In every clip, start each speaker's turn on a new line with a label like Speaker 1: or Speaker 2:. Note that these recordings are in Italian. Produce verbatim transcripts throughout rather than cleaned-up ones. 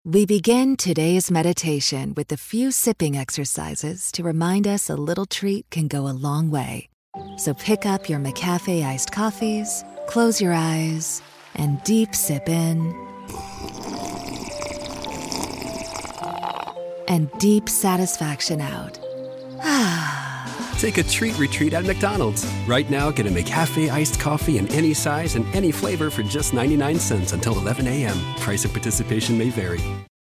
Speaker 1: We begin today's meditation with a few sipping exercises to remind us a little treat can go a long way. So pick up your McCafe iced coffees, close your eyes, and deep sip in. And deep satisfaction out.
Speaker 2: Take a treat retreat at McDonald's. Right now, get a McCafe iced coffee in any size and any flavor for just ninety-nine cents until eleven a.m. Price of participation may vary.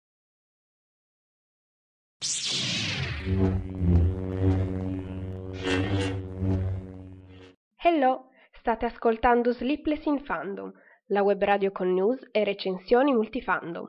Speaker 3: Hello, state ascoltando Sleepless in Fandom, la web radio con news e recensioni multifandom.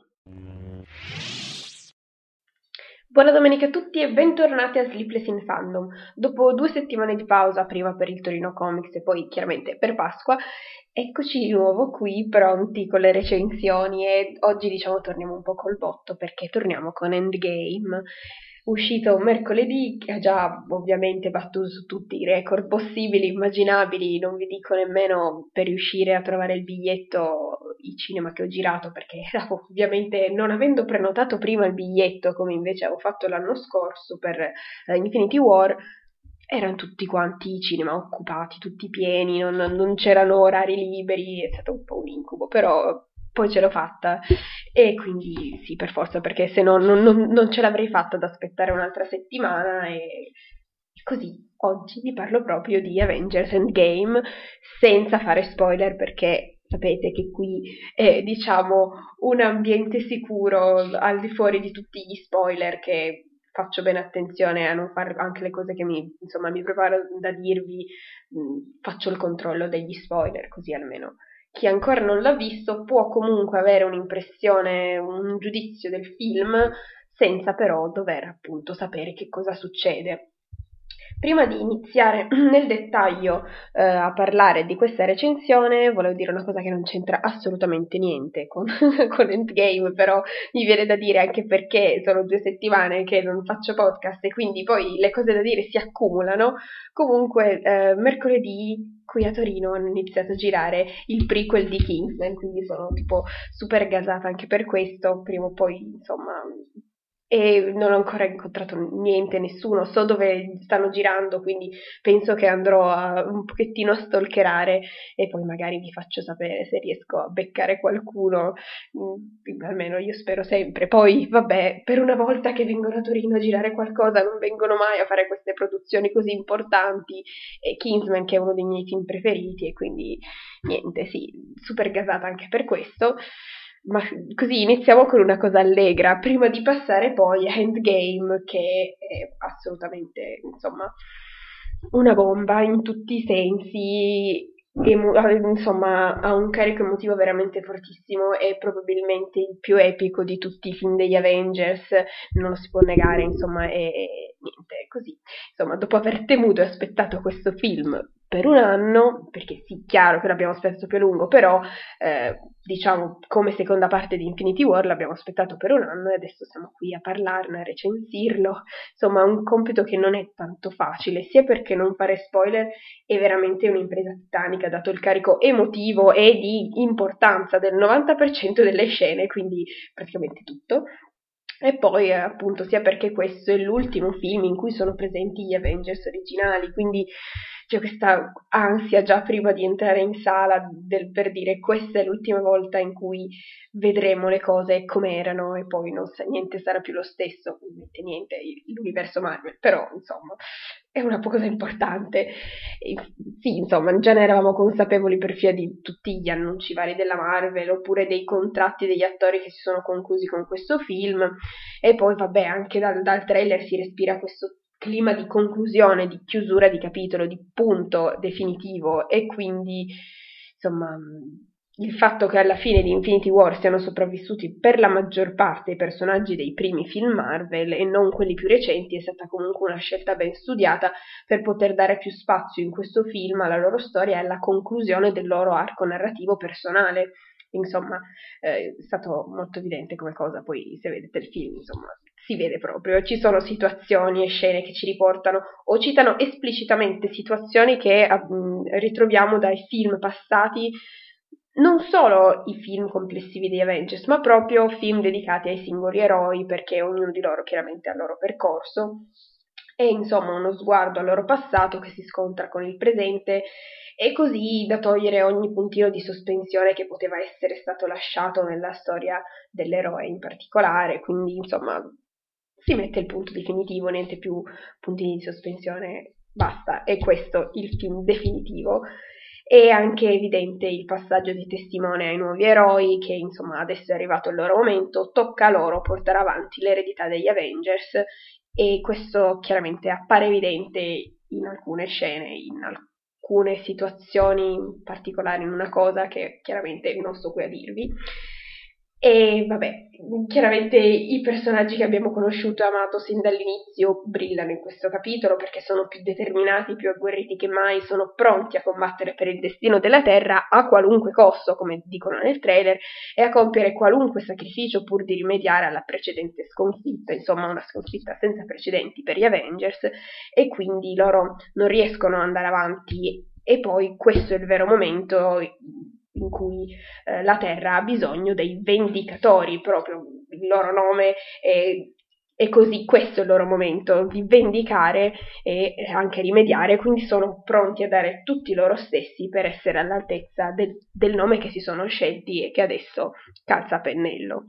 Speaker 3: Buona domenica a tutti e bentornati a Sleepless in Fandom. Dopo due settimane di pausa, prima per il Torino Comics e poi chiaramente per Pasqua, eccoci di nuovo qui pronti con le recensioni e oggi diciamo torniamo un po' col botto perché torniamo con Endgame, uscito mercoledì, che ha già ovviamente battuto su tutti i record possibili, immaginabili, non vi dico nemmeno per riuscire a trovare il biglietto i cinema che ho girato, perché ovviamente non avendo prenotato prima il biglietto, come invece avevo fatto l'anno scorso per uh, Infinity War, erano tutti quanti i cinema occupati, tutti pieni, non, non c'erano orari liberi, è stato un po' un incubo, però poi ce l'ho fatta e quindi sì, per forza, perché se no non, non, non ce l'avrei fatta ad aspettare un'altra settimana e così oggi vi parlo proprio di Avengers Endgame senza fare spoiler, perché sapete che qui è diciamo un ambiente sicuro al di fuori di tutti gli spoiler, che faccio bene attenzione a non fare anche le cose che mi, insomma, mi preparo da dirvi, mh, faccio il controllo degli spoiler, così almeno chi ancora non l'ha visto può comunque avere un'impressione, un giudizio del film senza però dover appunto sapere che cosa succede. Prima di iniziare nel dettaglio eh, a parlare di questa recensione, volevo dire una cosa che non c'entra assolutamente niente con, con Endgame, però mi viene da dire anche perché sono due settimane che non faccio podcast e quindi poi le cose da dire si accumulano. Comunque, eh, mercoledì qui a Torino hanno iniziato a girare il prequel di Kingsman, quindi sono tipo super gasata anche per questo, prima o poi, insomma, e non ho ancora incontrato niente, nessuno, so dove stanno girando, quindi penso che andrò a un pochettino a stalkerare e poi magari vi faccio sapere se riesco a beccare qualcuno, mm, almeno io spero sempre. Poi vabbè, per una volta che vengono a Torino a girare qualcosa non vengono mai a fare queste produzioni così importanti, e Kingsman che è uno dei miei film preferiti e quindi niente, sì, super gasata anche per questo. Ma così iniziamo con una cosa allegra, prima di passare poi a Endgame, che è assolutamente, insomma, una bomba in tutti i sensi, emo- insomma, ha un carico emotivo veramente fortissimo, è probabilmente il più epico di tutti i film degli Avengers, non lo si può negare, insomma, è, è niente, così. Insomma, dopo aver temuto e aspettato questo film per un anno, perché sì, chiaro che l'abbiamo aspettato più a lungo, però eh, diciamo come seconda parte di Infinity War l'abbiamo aspettato per un anno e adesso siamo qui a parlarne, a recensirlo. Insomma, un compito che non è tanto facile, sia perché non fare spoiler è veramente un'impresa titanica, dato il carico emotivo e di importanza del novanta per cento delle scene, quindi praticamente tutto. E poi appunto sia perché questo è l'ultimo film in cui sono presenti gli Avengers originali, quindi c'è questa ansia già prima di entrare in sala del, per dire questa è l'ultima volta in cui vedremo le cose come erano e poi non sa, niente sarà più lo stesso, ovviamente niente, l'universo Marvel, però insomma è una cosa importante. E, sì, insomma, già ne eravamo consapevoli per via di tutti gli annunci vari della Marvel oppure dei contratti degli attori che si sono conclusi con questo film, e poi vabbè anche dal, dal trailer si respira questo clima di conclusione, di chiusura di capitolo, di punto definitivo, e quindi insomma il fatto che alla fine di Infinity War siano sopravvissuti per la maggior parte i personaggi dei primi film Marvel e non quelli più recenti è stata comunque una scelta ben studiata per poter dare più spazio in questo film alla loro storia e alla conclusione del loro arco narrativo personale. Insomma, eh, è stato molto evidente come cosa, poi se vedete il film, insomma, si vede proprio, ci sono situazioni e scene che ci riportano o citano esplicitamente situazioni che mh, ritroviamo dai film passati non solo i film complessivi degli Avengers, ma proprio film dedicati ai singoli eroi, perché ognuno di loro chiaramente ha il loro percorso, e insomma uno sguardo al loro passato che si scontra con il presente, e così da togliere ogni puntino di sospensione che poteva essere stato lasciato nella storia dell'eroe in particolare, quindi insomma si mette il punto definitivo, niente più puntini di sospensione, basta, è questo il film definitivo. È anche evidente il passaggio di testimone ai nuovi eroi, che insomma adesso è arrivato il loro momento, tocca a loro portare avanti l'eredità degli Avengers, e questo chiaramente appare evidente in alcune scene, in alcune situazioni particolari, in una cosa che chiaramente non sto qui a dirvi. E vabbè, chiaramente i personaggi che abbiamo conosciuto e amato sin dall'inizio brillano in questo capitolo, perché sono più determinati, più agguerriti che mai, sono pronti a combattere per il destino della Terra a qualunque costo, come dicono nel trailer, e a compiere qualunque sacrificio pur di rimediare alla precedente sconfitta, insomma una sconfitta senza precedenti per gli Avengers, e quindi loro non riescono ad andare avanti, e poi questo è il vero momento in cui eh, la Terra ha bisogno dei vendicatori, proprio il loro nome è, è così, questo è il loro momento di vendicare e anche rimediare, quindi sono pronti a dare tutti loro stessi per essere all'altezza del, del nome che si sono scelti e che adesso calza a pennello.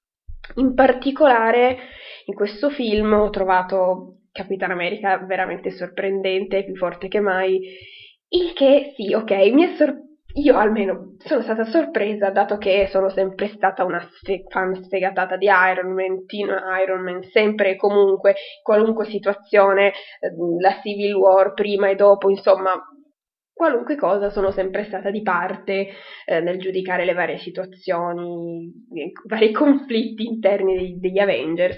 Speaker 3: In particolare in questo film ho trovato Capitan America veramente sorprendente, più forte che mai, il che sì, ok, mi è sorpreso. Io almeno sono stata sorpresa, dato che sono sempre stata una sfe- fan sfegatata di Iron Man, Team Iron Man, sempre e comunque, qualunque situazione, la Civil War prima e dopo, insomma, qualunque cosa sono sempre stata di parte eh, nel giudicare le varie situazioni, i vari conflitti interni degli, degli Avengers,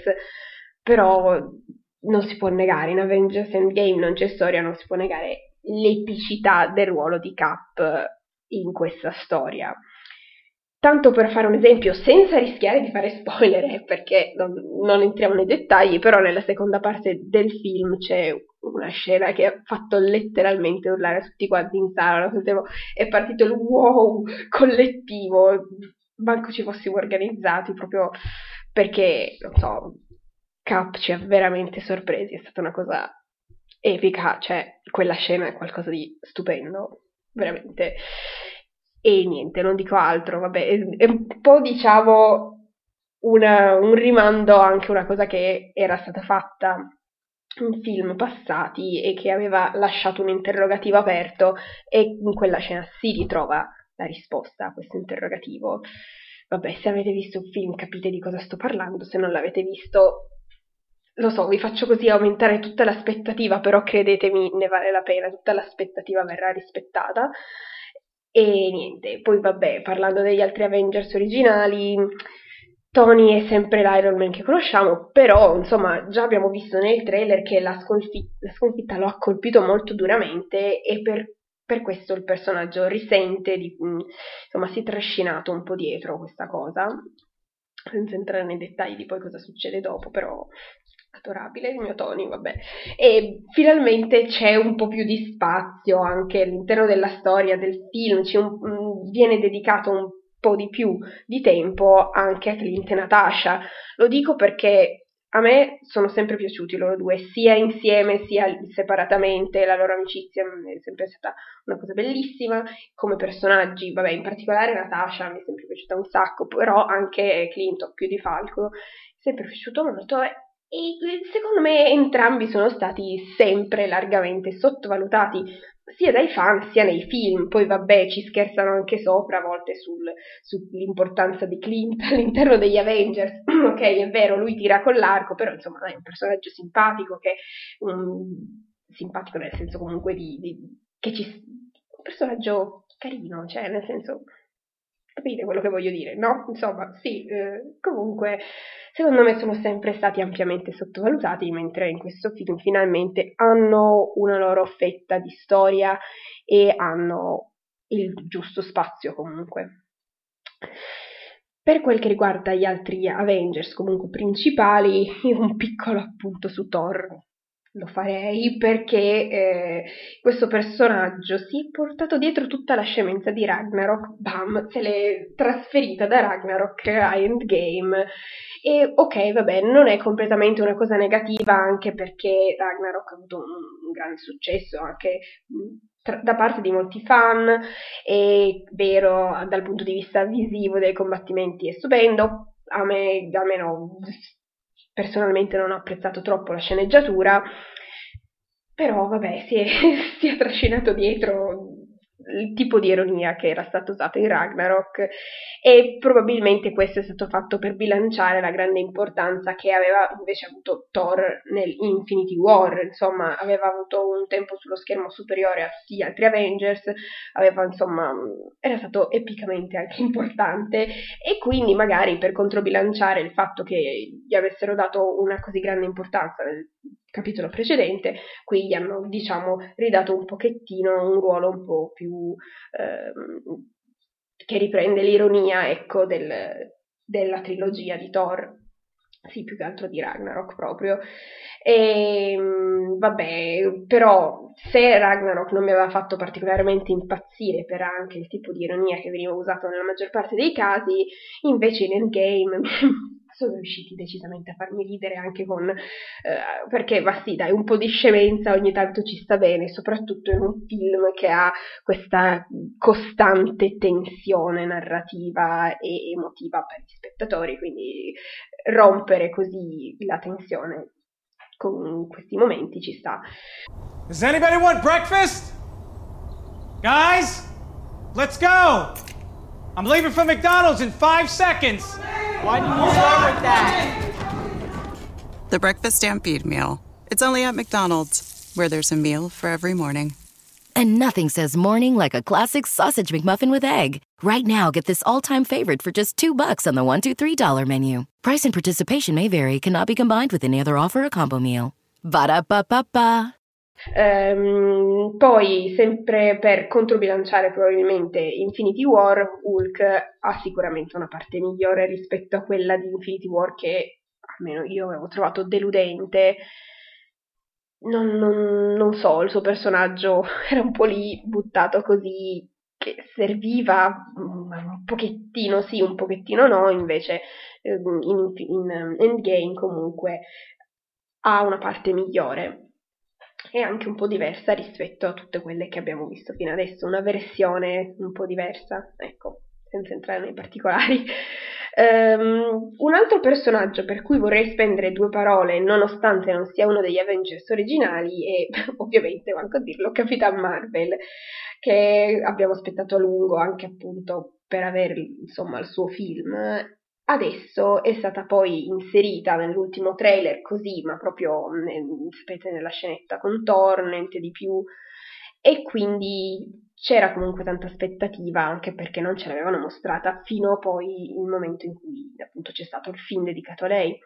Speaker 3: però non si può negare, in Avengers Endgame non c'è storia, non si può negare l'epicità del ruolo di Cap in questa storia. Tanto per fare un esempio, senza rischiare di fare spoiler, perché non, non entriamo nei dettagli, però nella seconda parte del film c'è una scena che ha fatto letteralmente urlare tutti quanti in sala, è partito il wow collettivo, manco ci fossimo organizzati, proprio perché, non so, Cap ci ha veramente sorpresi, è stata una cosa epica, cioè quella scena è qualcosa di stupendo, veramente. E niente, non dico altro, vabbè, è, è un po' diciamo una, un rimando anche a una cosa che era stata fatta in film passati e che aveva lasciato un interrogativo aperto, e in quella scena si ritrova la risposta a questo interrogativo. Vabbè, se avete visto il film capite di cosa sto parlando, se non l'avete visto, lo so, vi faccio così aumentare tutta l'aspettativa, però credetemi, ne vale la pena, tutta l'aspettativa verrà rispettata. E niente, poi vabbè, parlando degli altri Avengers originali, Tony è sempre l'Iron Man che conosciamo, però insomma già abbiamo visto nel trailer che la, sconfi- la sconfitta lo ha colpito molto duramente, e per, per questo il personaggio risente, di, insomma si è trascinato un po' dietro questa cosa, senza entrare nei dettagli di poi cosa succede dopo, però adorabile il mio Tony, vabbè. E finalmente c'è un po' più di spazio anche all'interno della storia del film, c'è un, um, viene dedicato un po' di più di tempo anche a Clint e Natasha. Lo dico perché a me sono sempre piaciuti loro due, sia insieme sia separatamente, la loro amicizia è sempre stata una cosa bellissima, come personaggi, vabbè, in particolare Natasha mi è sempre piaciuta un sacco, però anche Clint, o più di Falco, è sempre piaciuto molto, e secondo me entrambi sono stati sempre largamente sottovalutati sia dai fan sia nei film. Poi vabbè, ci scherzano anche sopra a volte sul, sull'importanza di Clint all'interno degli Avengers. Ok, è vero, lui tira con l'arco, però insomma è un personaggio simpatico, che um, simpatico nel senso comunque di, di che ci un personaggio carino, cioè nel senso, capite quello che voglio dire, no? Insomma, sì, eh, comunque secondo me sono sempre stati ampiamente sottovalutati, mentre in questo film finalmente hanno una loro fetta di storia e hanno il giusto spazio comunque. Per quel che riguarda gli altri Avengers comunque principali, un piccolo appunto su Thor. lo farei perché eh, questo personaggio si è portato dietro tutta la scemenza di Ragnarok, bam, se l'è trasferita da Ragnarok a Endgame. E ok, vabbè, non è completamente una cosa negativa, anche perché Ragnarok ha avuto un, un grande successo anche tra, da parte di molti fan, è vero, dal punto di vista visivo dei combattimenti è stupendo. A me, almeno personalmente, non ho apprezzato troppo la sceneggiatura, però vabbè, si è, si è trascinato dietro il tipo di ironia che era stato usato in Ragnarok, e probabilmente questo è stato fatto per bilanciare la grande importanza che aveva invece avuto Thor nel Infinity War. Insomma, aveva avuto un tempo sullo schermo superiore a tutti gli altri Avengers, aveva, insomma, era stato epicamente anche importante, e quindi magari per controbilanciare il fatto che gli avessero dato una così grande importanza nel capitolo precedente, qui gli hanno, diciamo, ridato un pochettino un ruolo un po' più ehm, che riprende l'ironia, ecco, del, della trilogia di Thor, sì, più che altro di Ragnarok proprio. E vabbè, però se Ragnarok non mi aveva fatto particolarmente impazzire per anche il tipo di ironia che veniva usato nella maggior parte dei casi, invece in Endgame sono riusciti decisamente a farmi ridere, anche con eh, perché va sì, dai, un po' di scemenza ogni tanto ci sta bene, soprattutto in un film che ha questa costante tensione narrativa e emotiva per gli spettatori, quindi rompere così la tensione con questi momenti ci sta.
Speaker 4: Does anybody want breakfast? Guys, let's go! I'm leaving for McDonald's in five seconds.
Speaker 5: Why didn't you start with that?
Speaker 6: The Breakfast Stampede Meal. It's only at McDonald's, where there's a meal for every morning.
Speaker 7: And nothing says morning like a classic sausage McMuffin with egg. Right now, get this all-time favorite for just two bucks on the one, two, three dollar menu. Price and participation may vary. Cannot be combined with any other offer or combo meal. Ba-da-ba-ba-ba.
Speaker 3: Um, poi, sempre per controbilanciare probabilmente Infinity War, Hulk ha sicuramente una parte migliore rispetto a quella di Infinity War, che almeno io avevo trovato deludente. Non, non, non so, il suo personaggio era un po' lì buttato così, che serviva un pochettino sì, un pochettino no. Invece in, in Endgame comunque ha una parte migliore e anche un po' diversa rispetto a tutte quelle che abbiamo visto fino adesso, una versione un po' diversa, ecco, senza entrare nei particolari. Um, un altro personaggio per cui vorrei spendere due parole, nonostante non sia uno degli Avengers originali, è ovviamente, manco a dirlo, Capitan Marvel, che abbiamo aspettato a lungo anche appunto per avere, insomma, il suo film. Adesso è stata poi inserita nell'ultimo trailer così, ma proprio nel, sapete, nella scenetta con Thor, niente di più, e quindi c'era comunque tanta aspettativa, anche perché non ce l'avevano mostrata fino a poi il momento in cui appunto c'è stato il film dedicato a lei.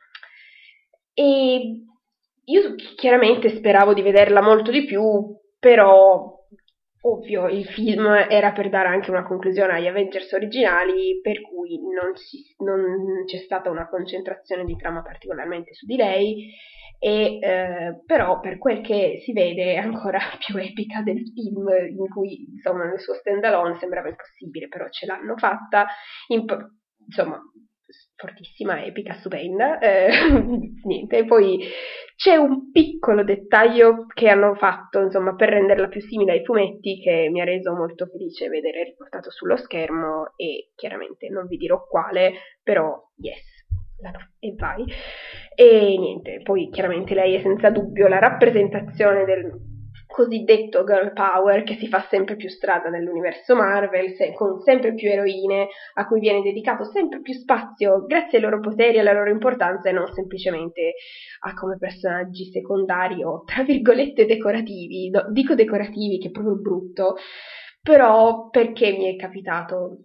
Speaker 3: E io chiaramente speravo di vederla molto di più, però ovvio, il film era per dare anche una conclusione agli Avengers originali, per cui non, ci, non c'è stata una concentrazione di trama particolarmente su di lei, e eh, però per quel che si vede è ancora più epica del film, in cui insomma nel suo stand alone sembrava impossibile, però ce l'hanno fatta, imp- insomma fortissima, epica, stupenda. Eh, niente, poi c'è un piccolo dettaglio che hanno fatto, insomma, per renderla più simile ai fumetti, che mi ha reso molto felice vedere riportato sullo schermo, e chiaramente non vi dirò quale, però yes, e vai. E niente, poi chiaramente lei è senza dubbio la rappresentazione del cosiddetto girl power che si fa sempre più strada nell'universo Marvel, se, con sempre più eroine a cui viene dedicato sempre più spazio grazie ai loro poteri e alla loro importanza, e non semplicemente a come personaggi secondari o tra virgolette decorativi. No, dico decorativi, che è proprio brutto, però perché mi è capitato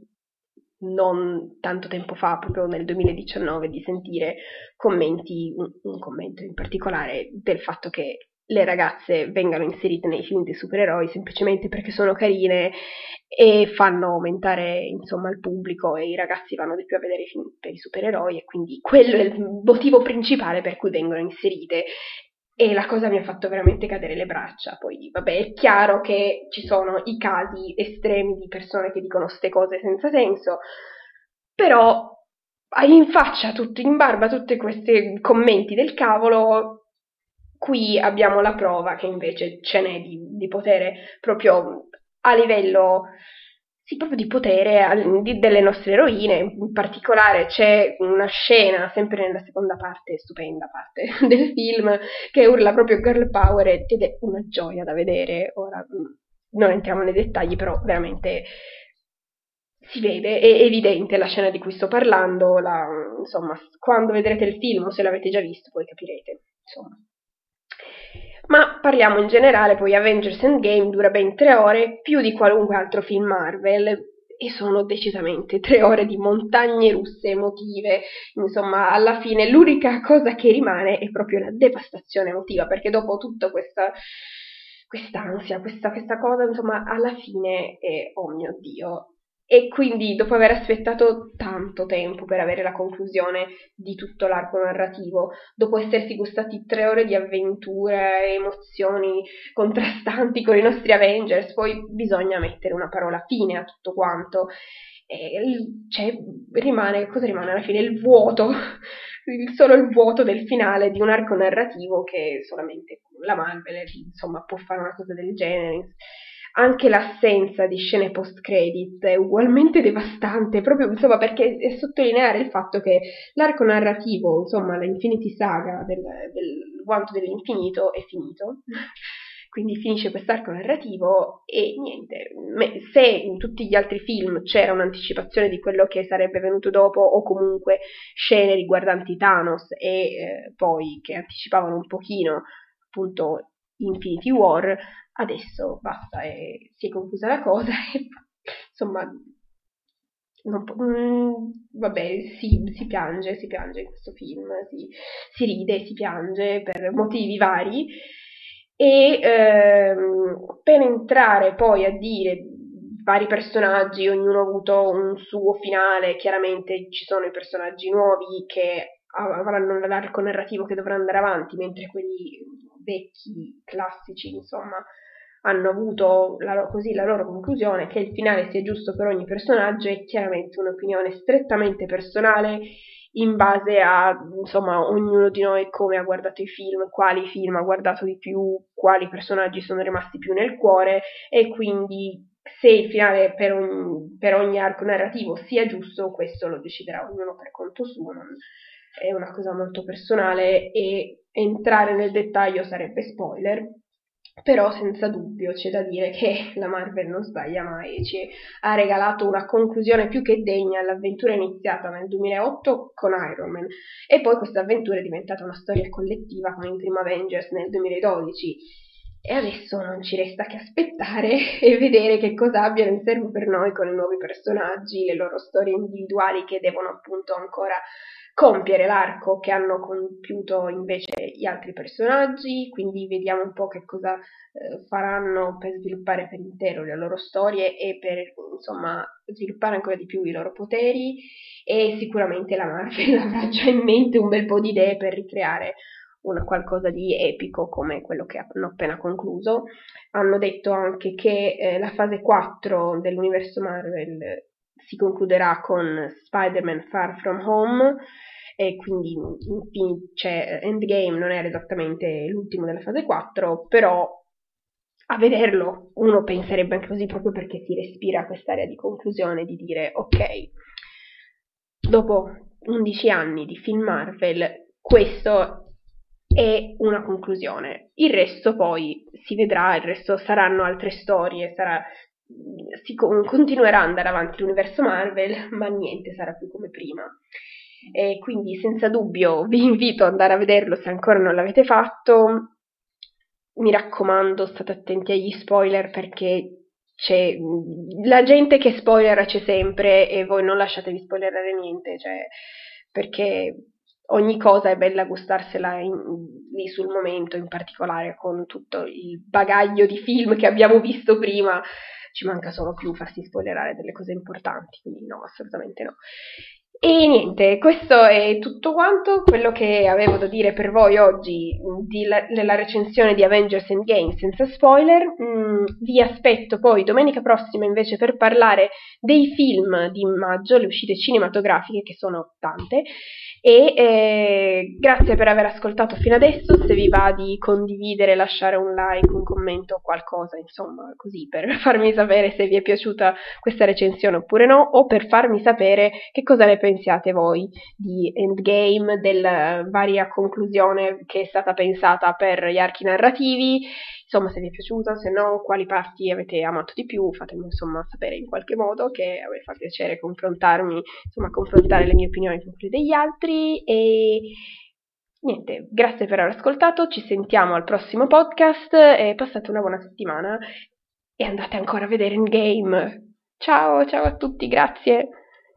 Speaker 3: non tanto tempo fa, proprio nel duemiladiciannove, di sentire commenti, un, un commento in particolare del fatto che le ragazze vengano inserite nei film dei supereroi semplicemente perché sono carine e fanno aumentare, insomma, il pubblico, e i ragazzi vanno di più a vedere i film per i supereroi, e quindi quello è il motivo principale per cui vengono inserite. e la cosa mi ha fatto veramente cadere le braccia. Poi vabbè, è chiaro che ci sono i casi estremi di persone che dicono ste cose senza senso, però hai in faccia, tutto in barba, tutti questi commenti del cavolo. Qui abbiamo la prova che invece ce n'è di, di potere proprio a livello, sì, proprio di potere a, di, delle nostre eroine. In particolare c'è una scena, sempre nella seconda parte, stupenda parte del film, che urla proprio girl power ed è una gioia da vedere. Ora non entriamo nei dettagli, però veramente si vede, è evidente la scena di cui sto parlando, la, insomma, quando vedrete il film o se l'avete già visto poi capirete, insomma. Ma parliamo in generale, poi Avengers Endgame dura ben tre ore, più di qualunque altro film Marvel, e sono decisamente tre ore di montagne russe emotive. Insomma, alla fine l'unica cosa che rimane è proprio la devastazione emotiva, perché dopo tutta questa quest'ansia, questa, questa cosa, insomma, alla fine è, oh mio Dio. E quindi, dopo aver aspettato tanto tempo per avere la conclusione di tutto l'arco narrativo, dopo essersi gustati tre ore di avventure, emozioni contrastanti con i nostri Avengers, poi bisogna mettere una parola fine a tutto quanto. E, cioè, rimane, cosa rimane alla fine? Il vuoto, il, solo il vuoto del finale di un arco narrativo che solamente la Marvel, insomma, può fare una cosa del genere. Anche l'assenza di scene post-credit è ugualmente devastante, proprio insomma perché è sottolineare il fatto che l'arco narrativo, insomma la Infinity Saga del, del guanto dell'infinito è finito, quindi finisce quest'arco narrativo e niente, se in tutti gli altri film c'era un'anticipazione di quello che sarebbe venuto dopo o comunque scene riguardanti Thanos e eh, poi che anticipavano un pochino appunto Infinity War, adesso basta, e si è conclusa la cosa e insomma non po- mm, vabbè si, si piange si piange in questo film, si, si ride, si piange per motivi vari e ehm, per entrare poi a dire vari personaggi, ognuno ha avuto un suo finale, chiaramente ci sono i personaggi nuovi che avranno l'arco narrativo che dovrà andare avanti, mentre quelli vecchi, classici, insomma, hanno avuto la, così la loro conclusione. Che il finale sia giusto per ogni personaggio è chiaramente un'opinione strettamente personale in base a, insomma, ognuno di noi come ha guardato i film, quali film ha guardato di più, quali personaggi sono rimasti più nel cuore, e quindi se il finale per ogni, per ogni arco narrativo sia giusto, questo lo deciderà ognuno per conto suo, non, è una cosa molto personale e entrare nel dettaglio sarebbe spoiler, però senza dubbio c'è da dire che la Marvel non sbaglia mai e ci ha regalato una conclusione più che degna all'avventura iniziata nel duemilaotto con Iron Man, e poi questa avventura è diventata una storia collettiva con il primo Avengers nel duemiladodici, e adesso non ci resta che aspettare e vedere che cosa abbiano in serbo per noi con i nuovi personaggi, le loro storie individuali che devono appunto ancora compiere l'arco che hanno compiuto invece gli altri personaggi, quindi vediamo un po' che cosa eh, faranno per sviluppare per intero le loro storie e per insomma sviluppare ancora di più i loro poteri, e sicuramente la Marvel avrà già in mente un bel po' di idee per ricreare una qualcosa di epico come quello che hanno appena concluso. Hanno detto anche che eh, la fase quattro dell'universo Marvel si concluderà con Spider-Man Far From Home, e quindi infine, cioè, Endgame non era esattamente l'ultimo della fase quattro, però a vederlo uno penserebbe anche così, proprio perché si respira quest'area di conclusione, di dire ok, dopo undici anni di film Marvel questo è una conclusione, il resto poi si vedrà, il resto saranno altre storie, sarà si continuerà ad andare avanti l'universo Marvel, ma niente sarà più come prima. E quindi senza dubbio vi invito ad andare a vederlo se ancora non l'avete fatto. Mi raccomando, state attenti agli spoiler, perché c'è la gente che spoilera c'è sempre e voi non lasciatevi spoilerare niente, cioè, perché ogni cosa è bella gustarsela in, lì sul momento, in particolare con tutto il bagaglio di film che abbiamo visto prima. Ci manca solo più farsi spoilerare delle cose importanti, quindi no, assolutamente no. E niente, questo è tutto quanto quello che avevo da dire per voi oggi di la, della recensione di Avengers Endgame senza spoiler. Mm, vi aspetto poi domenica prossima invece per parlare dei film di maggio, le uscite cinematografiche, che sono tante, e eh, grazie per aver ascoltato fino adesso. Se vi va di condividere, lasciare un like, un commento, qualcosa, insomma, così per farmi sapere se vi è piaciuta questa recensione oppure no, o per farmi sapere che cosa ne pensiate voi di Endgame, della varia conclusione che è stata pensata per gli archi narrativi. Insomma, se vi è piaciuta, se no, quali parti avete amato di più, fatemi insomma sapere in qualche modo, che a me fa piacere confrontarmi, insomma, confrontare le mie opinioni con quelle degli altri. E niente, grazie per aver ascoltato, ci sentiamo al prossimo podcast e passate una buona settimana e andate ancora a vedere Endgame. Ciao, ciao a tutti, grazie.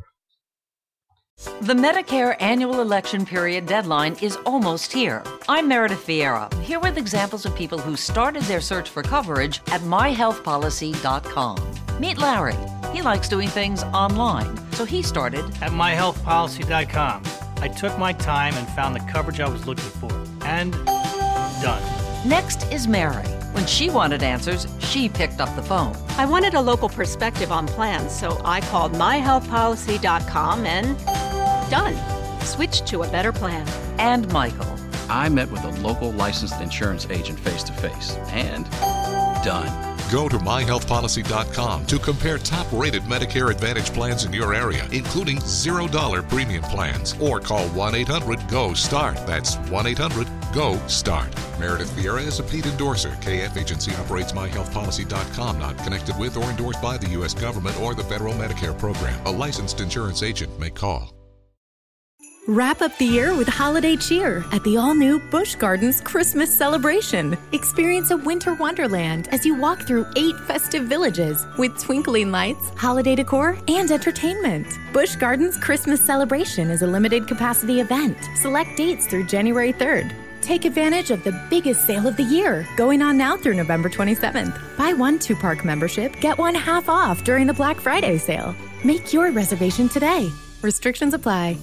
Speaker 8: The Medicare annual election period deadline is almost here. I'm Meredith Vieira, here with examples of people who started their search for coverage at my health policy dot com. Meet Larry. He likes doing things online, so he started
Speaker 9: at my health policy dot com. I took my time and found the coverage I was looking for. And done.
Speaker 8: Next is Mary. When she wanted answers, she picked up the phone.
Speaker 10: I wanted a local perspective on plans, so I called my health policy dot com and done. Switched to a better plan.
Speaker 8: And Michael.
Speaker 11: I met with a local licensed insurance agent face-to-face. And done.
Speaker 12: Go to my health policy dot com to compare top-rated Medicare Advantage plans in your area, including zero dollar premium plans. Or call one eight hundred G O START. That's one eight hundred G O START. Meredith Vieira is a paid endorser. K F Agency operates my health policy dot com, not connected with or endorsed by the U S government or the federal Medicare program. A licensed insurance agent may call.
Speaker 13: Wrap up the year with holiday cheer at the all-new Busch Gardens Christmas celebration. Experience a winter wonderland as you walk through eight festive villages with twinkling lights, holiday decor, and entertainment. Busch Gardens Christmas celebration is a limited capacity event. Select dates through January third. Take advantage of the biggest sale of the year, going on now through November twenty-seventh. Buy one two-park membership, get one half off during the Black Friday sale. Make your reservation today. Restrictions apply.